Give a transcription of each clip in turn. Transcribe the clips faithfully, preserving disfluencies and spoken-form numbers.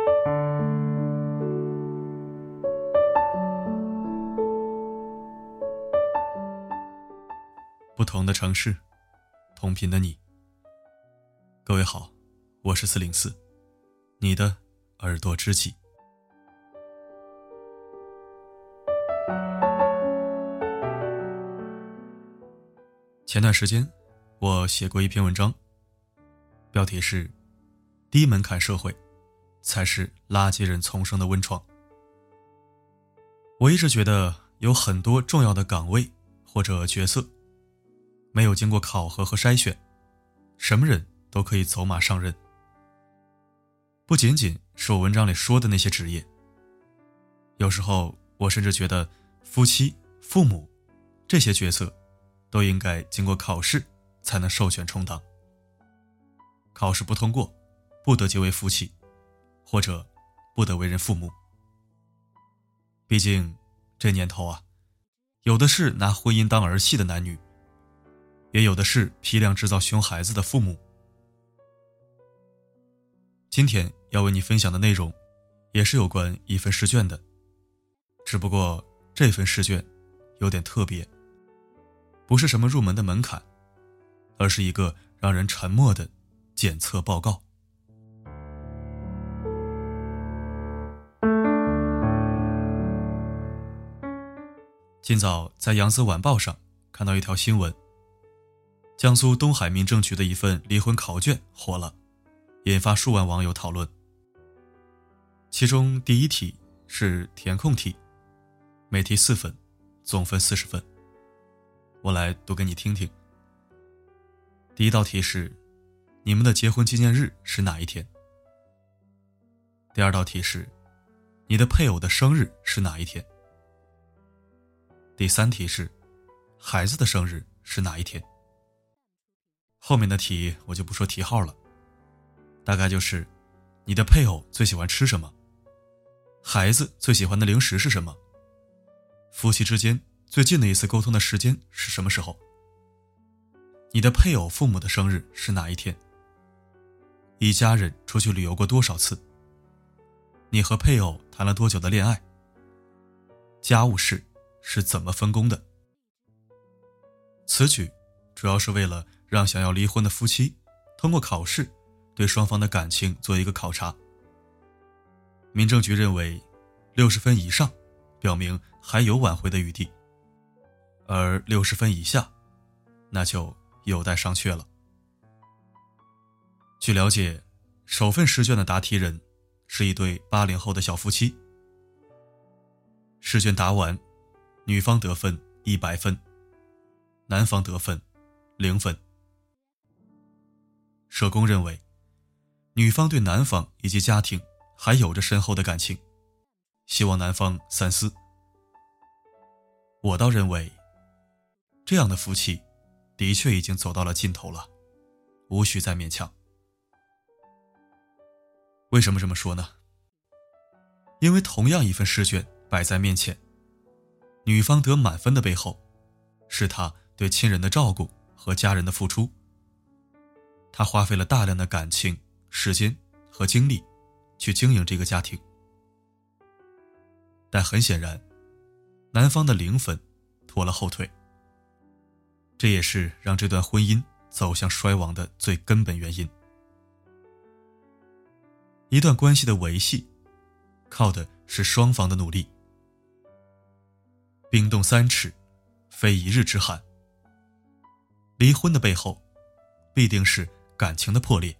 不同的城市，同频的你。各位好，我是四零四，你的耳朵知己。前段时间我写过一篇文章，标题是低门槛社会才是垃圾人丛生的温床。我一直觉得有很多重要的岗位或者角色没有经过考核和筛选，什么人都可以走马上任。不仅仅是我文章里说的那些职业，有时候我甚至觉得夫妻、父母这些角色都应该经过考试才能授权充当。考试不通过，不得结为夫妻，或者不得为人父母。毕竟这年头啊，有的是拿婚姻当儿戏的男女，也有的是批量制造熊孩子的父母。今天要为你分享的内容也是有关一份试卷的，只不过这份试卷有点特别，不是什么入门的门槛，而是一个让人沉默的检测报告。今早在扬子晚报上看到一条新闻，江苏东海民政局的一份离婚考卷火了，引发数万网友讨论。其中第一题是填空题，每题四分，总分四十分。我来读给你听听。第一道题是，你们的结婚纪念日是哪一天？第二道题是，你的配偶的生日是哪一天？第三题是，孩子的生日是哪一天？后面的题我就不说题号了，大概就是你的配偶最喜欢吃什么，孩子最喜欢的零食是什么，夫妻之间最近的一次沟通的时间是什么时候，你的配偶父母的生日是哪一天，一家人出去旅游过多少次，你和配偶谈了多久的恋爱，家务事是怎么分工的。此举主要是为了让想要离婚的夫妻通过考试对双方的感情做一个考察。民政局认为六十分以上表明还有挽回的余地，而六十分以下那就有待商榷了。据了解，首份试卷的答题人是一对八零后的小夫妻。试卷答完，女方得分一百分，男方得分零分。社工认为，女方对男方以及家庭还有着深厚的感情，希望男方三思。我倒认为，这样的夫妻的确已经走到了尽头了，无需再勉强。为什么这么说呢？因为同样一份试卷摆在面前，女方得满分的背后，是她对亲人的照顾和家人的付出。她花费了大量的感情、时间和精力去经营这个家庭。但很显然，男方的零分拖了后腿。这也是让这段婚姻走向衰亡的最根本原因。一段关系的维系，靠的是双方的努力。冰冻三尺，非一日之寒。离婚的背后，必定是感情的破裂。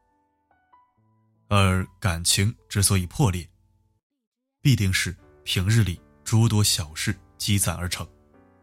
而感情之所以破裂，必定是平日里诸多小事积攒而成。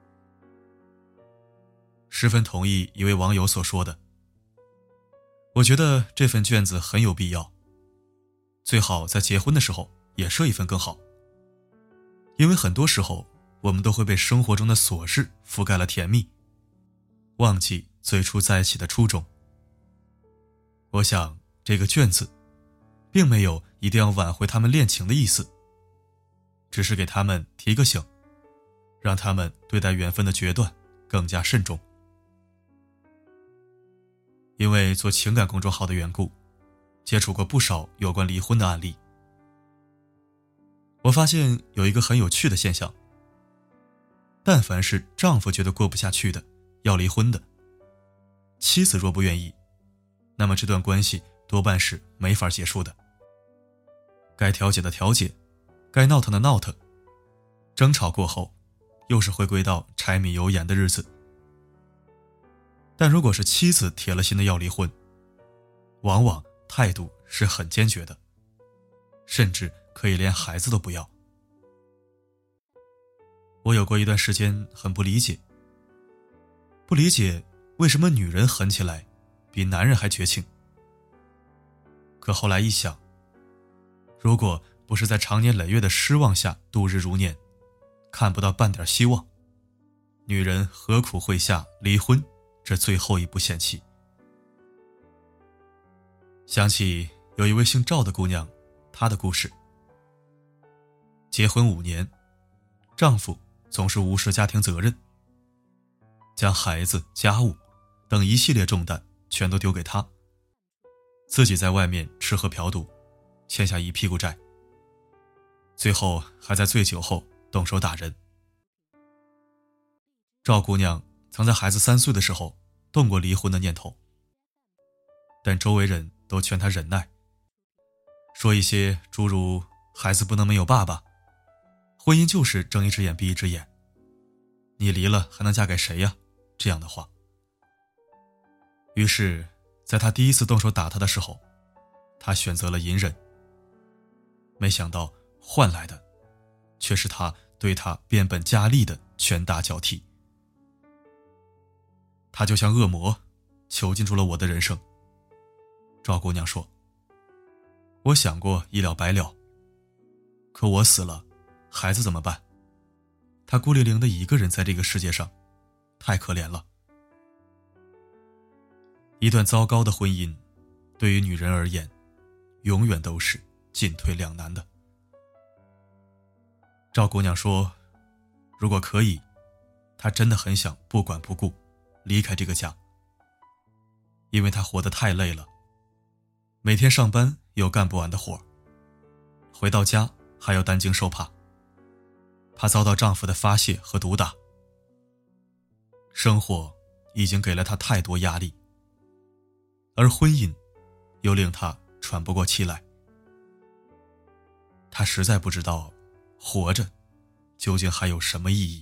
十分同意一位网友所说的，我觉得这份卷子很有必要，最好在结婚的时候也设一份更好。因为很多时候我们都会被生活中的琐事覆盖了甜蜜，忘记最初在一起的初衷。我想这个卷子并没有一定要挽回他们恋情的意思，只是给他们提个醒，让他们对待缘分的决断更加慎重。因为做情感公众号的缘故，接触过不少有关离婚的案例， 我发现有一个很有趣的现象，但凡是丈夫觉得过不下去的，要离婚的，妻子若不愿意，那么这段关系多半是没法结束的。该调解的调解，该闹腾的闹腾，争吵过后又是回归到柴米油盐的日子。但如果是妻子铁了心的要离婚，往往态度是很坚决的，甚至可以连孩子都不要。我有过一段时间很不理解，不理解为什么女人狠起来比男人还绝情。可后来一想，如果不是在长年累月的失望下度日如年，看不到半点希望，女人何苦会下离婚这最后一步险棋？想起有一位姓赵的姑娘，她的故事。结婚五年，丈夫总是无视家庭责任，将孩子、家务等一系列重担全都丢给她，自己在外面吃喝嫖赌，欠下一屁股债，最后还在醉酒后动手打人。赵姑娘曾在孩子三岁的时候动过离婚的念头，但周围人都劝她忍耐，说一些诸如孩子不能没有爸爸，婚姻就是睁一只眼闭一只眼，你离了还能嫁给谁呀？这样的话。于是在她第一次动手打她的时候，她选择了隐忍，没想到换来的却是她对她变本加厉的拳打脚踢。她就像恶魔囚禁住了我的人生。赵姑娘说，我想过一了百了，可我死了，孩子怎么办？她孤零零的一个人在这个世界上，太可怜了。一段糟糕的婚姻，对于女人而言，永远都是进退两难的。赵姑娘说，如果可以，她真的很想不管不顾，离开这个家。因为她活得太累了，每天上班有干不完的活，回到家还要担惊受怕，怕遭到丈夫的发泄和毒打。生活已经给了她太多压力，而婚姻又令她喘不过气来。她实在不知道活着究竟还有什么意义。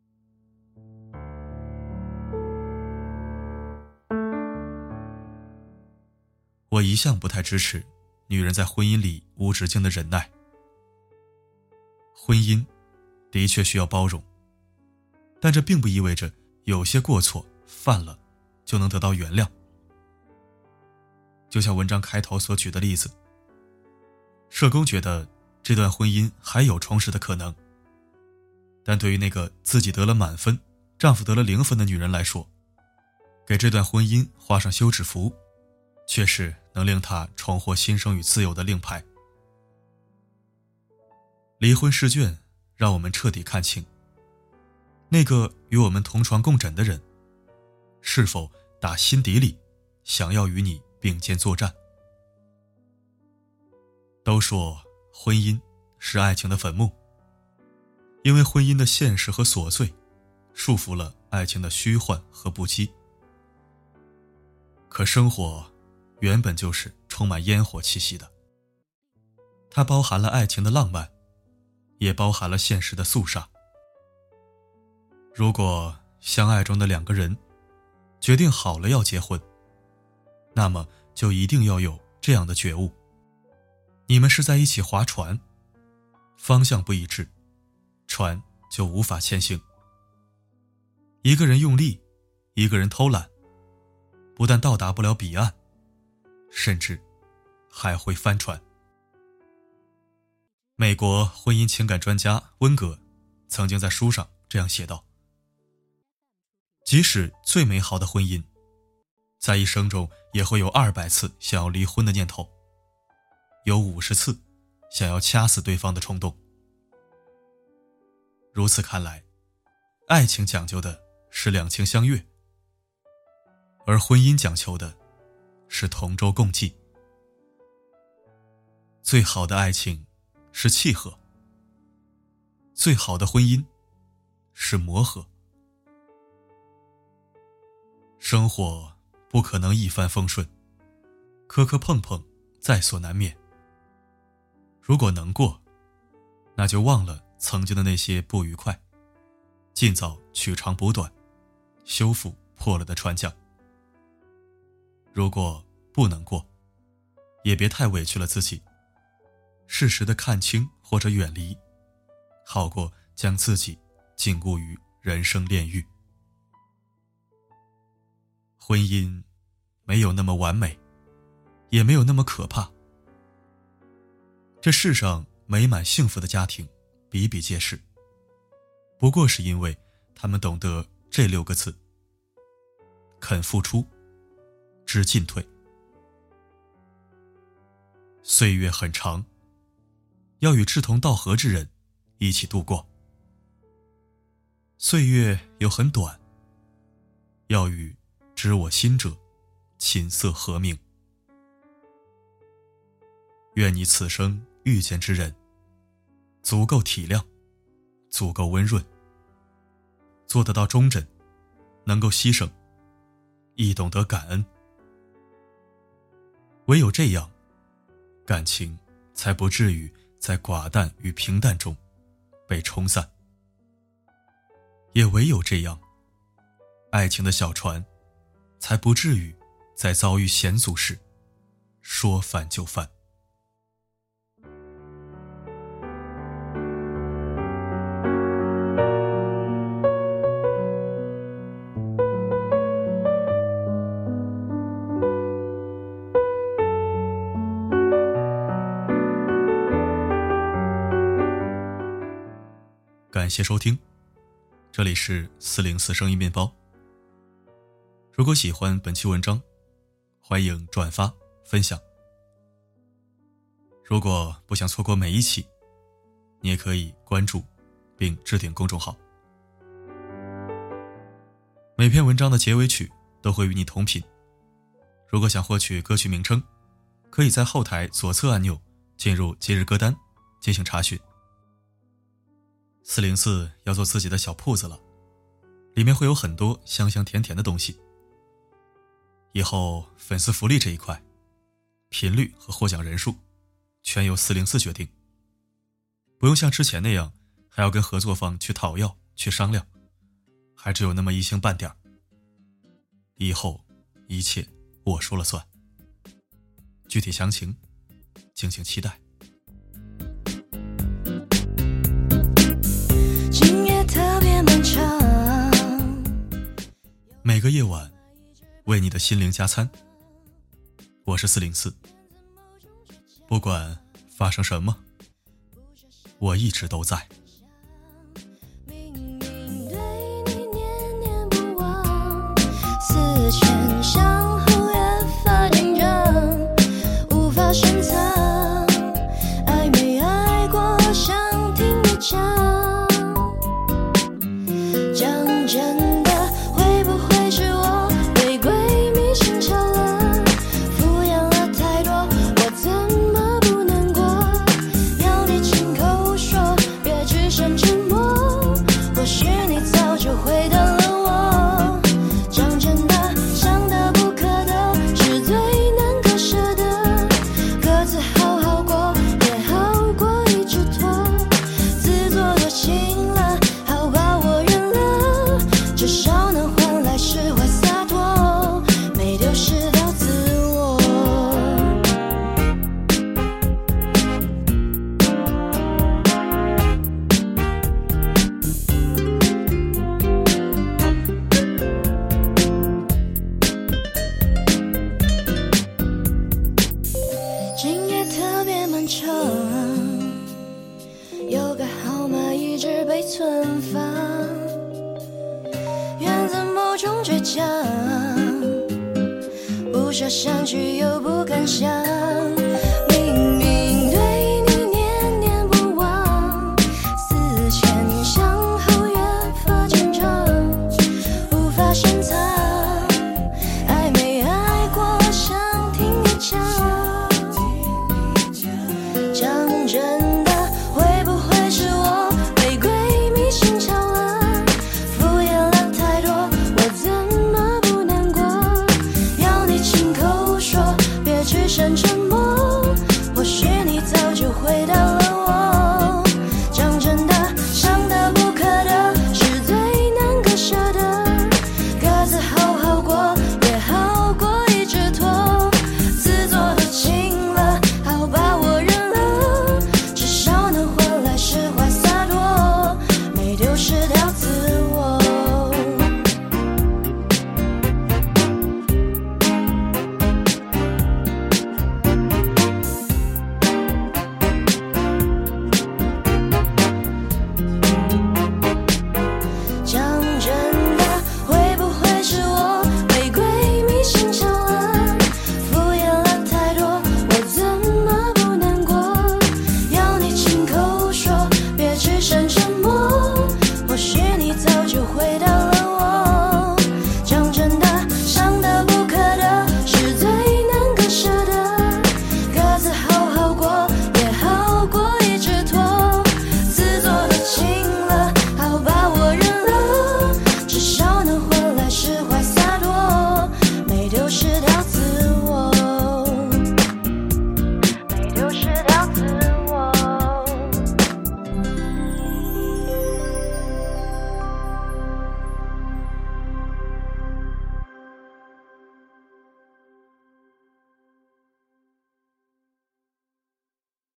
我一向不太支持女人在婚姻里无止境的忍耐。婚姻的确需要包容，但这并不意味着有些过错犯了就能得到原谅。就像文章开头所举的例子，社工觉得这段婚姻还有重拾的可能，但对于那个自己得了满分，丈夫得了零分的女人来说，给这段婚姻画上休止符，却是能令她重获新生与自由的令牌。离婚试卷让我们彻底看清，那个与我们同床共枕的人，是否打心底里想要与你并肩作战。都说婚姻是爱情的坟墓，因为婚姻的现实和琐碎束缚了爱情的虚幻和不羁。可生活原本就是充满烟火气息的，它包含了爱情的浪漫，也包含了现实的肃杀。如果相爱中的两个人决定好了要结婚，那么就一定要有这样的觉悟，你们是在一起划船，方向不一致，船就无法前行。一个人用力，一个人偷懒，不但到达不了彼岸，甚至还会翻船。美国婚姻情感专家温格曾经在书上这样写道，即使最美好的婚姻，在一生中也会有二百次想要离婚的念头，有五十次想要掐死对方的冲动。如此看来，爱情讲究的是两情相悦，而婚姻讲求的是同舟共济。最好的爱情是契合， 最好的婚姻是磨合。生活不可能一帆风顺，磕磕碰碰在所难免。如果能过，那就忘了曾经的那些不愉快，尽早取长补短，修复破了的船桨。如果不能过，也别太委屈了自己，适时的看清或者远离，好过将自己禁锢于人生炼狱。婚姻没有那么完美，也没有那么可怕。这世上美满幸福的家庭比比皆是，不过是因为他们懂得这六个字：肯付出，知进退。岁月很长，要与志同道合之人一起度过；岁月又很短，要与知我心者琴瑟和鸣。愿你此生遇见之人足够体谅，足够温润，做得到忠贞，能够牺牲，亦懂得感恩。唯有这样，感情才不至于在寡淡与平淡中被冲散。也唯有这样，爱情的小船才不至于在遭遇险阻时说翻就翻。感谢收听，这里是四零四声音面包。如果喜欢本期文章，欢迎转发分享。如果不想错过每一期，你也可以关注并置顶公众号。每篇文章的结尾曲都会与你同频。如果想获取歌曲名称，可以在后台左侧按钮进入今日歌单进行查询。四零四要做自己的小铺子了，里面会有很多香香甜甜的东西。以后粉丝福利这一块，频率和获奖人数全由四零四决定，不用像之前那样还要跟合作方去讨要去商量，还只有那么一星半点。以后一切我说了算，具体详情敬请期待。每个夜晚为你的心灵加餐，我是四零四。不管发生什么，我一直都在。思前想后越发紧张，无法深藏，爱没爱过想听你讲。讲真的，会不会是我被鬼迷心窍了，敷衍了太多，我怎么不难过？要你亲口说，别只剩沉默，或许你早就回答了我。讲真的，想得不可得，是最难割舍的，各自好好过，也好过一直拖，自作多情了，好吧我原谅，至少能换来释怀洒脱，没丢失到自我。今夜特别漫长，有个号码一直被存放，源自某种倔强，不舍相聚又不敢想，明明对你念念不忘，思前想后越发紧张，无法深藏，爱没爱过想听你讲。讲真的，会不会是我被鬼就回到了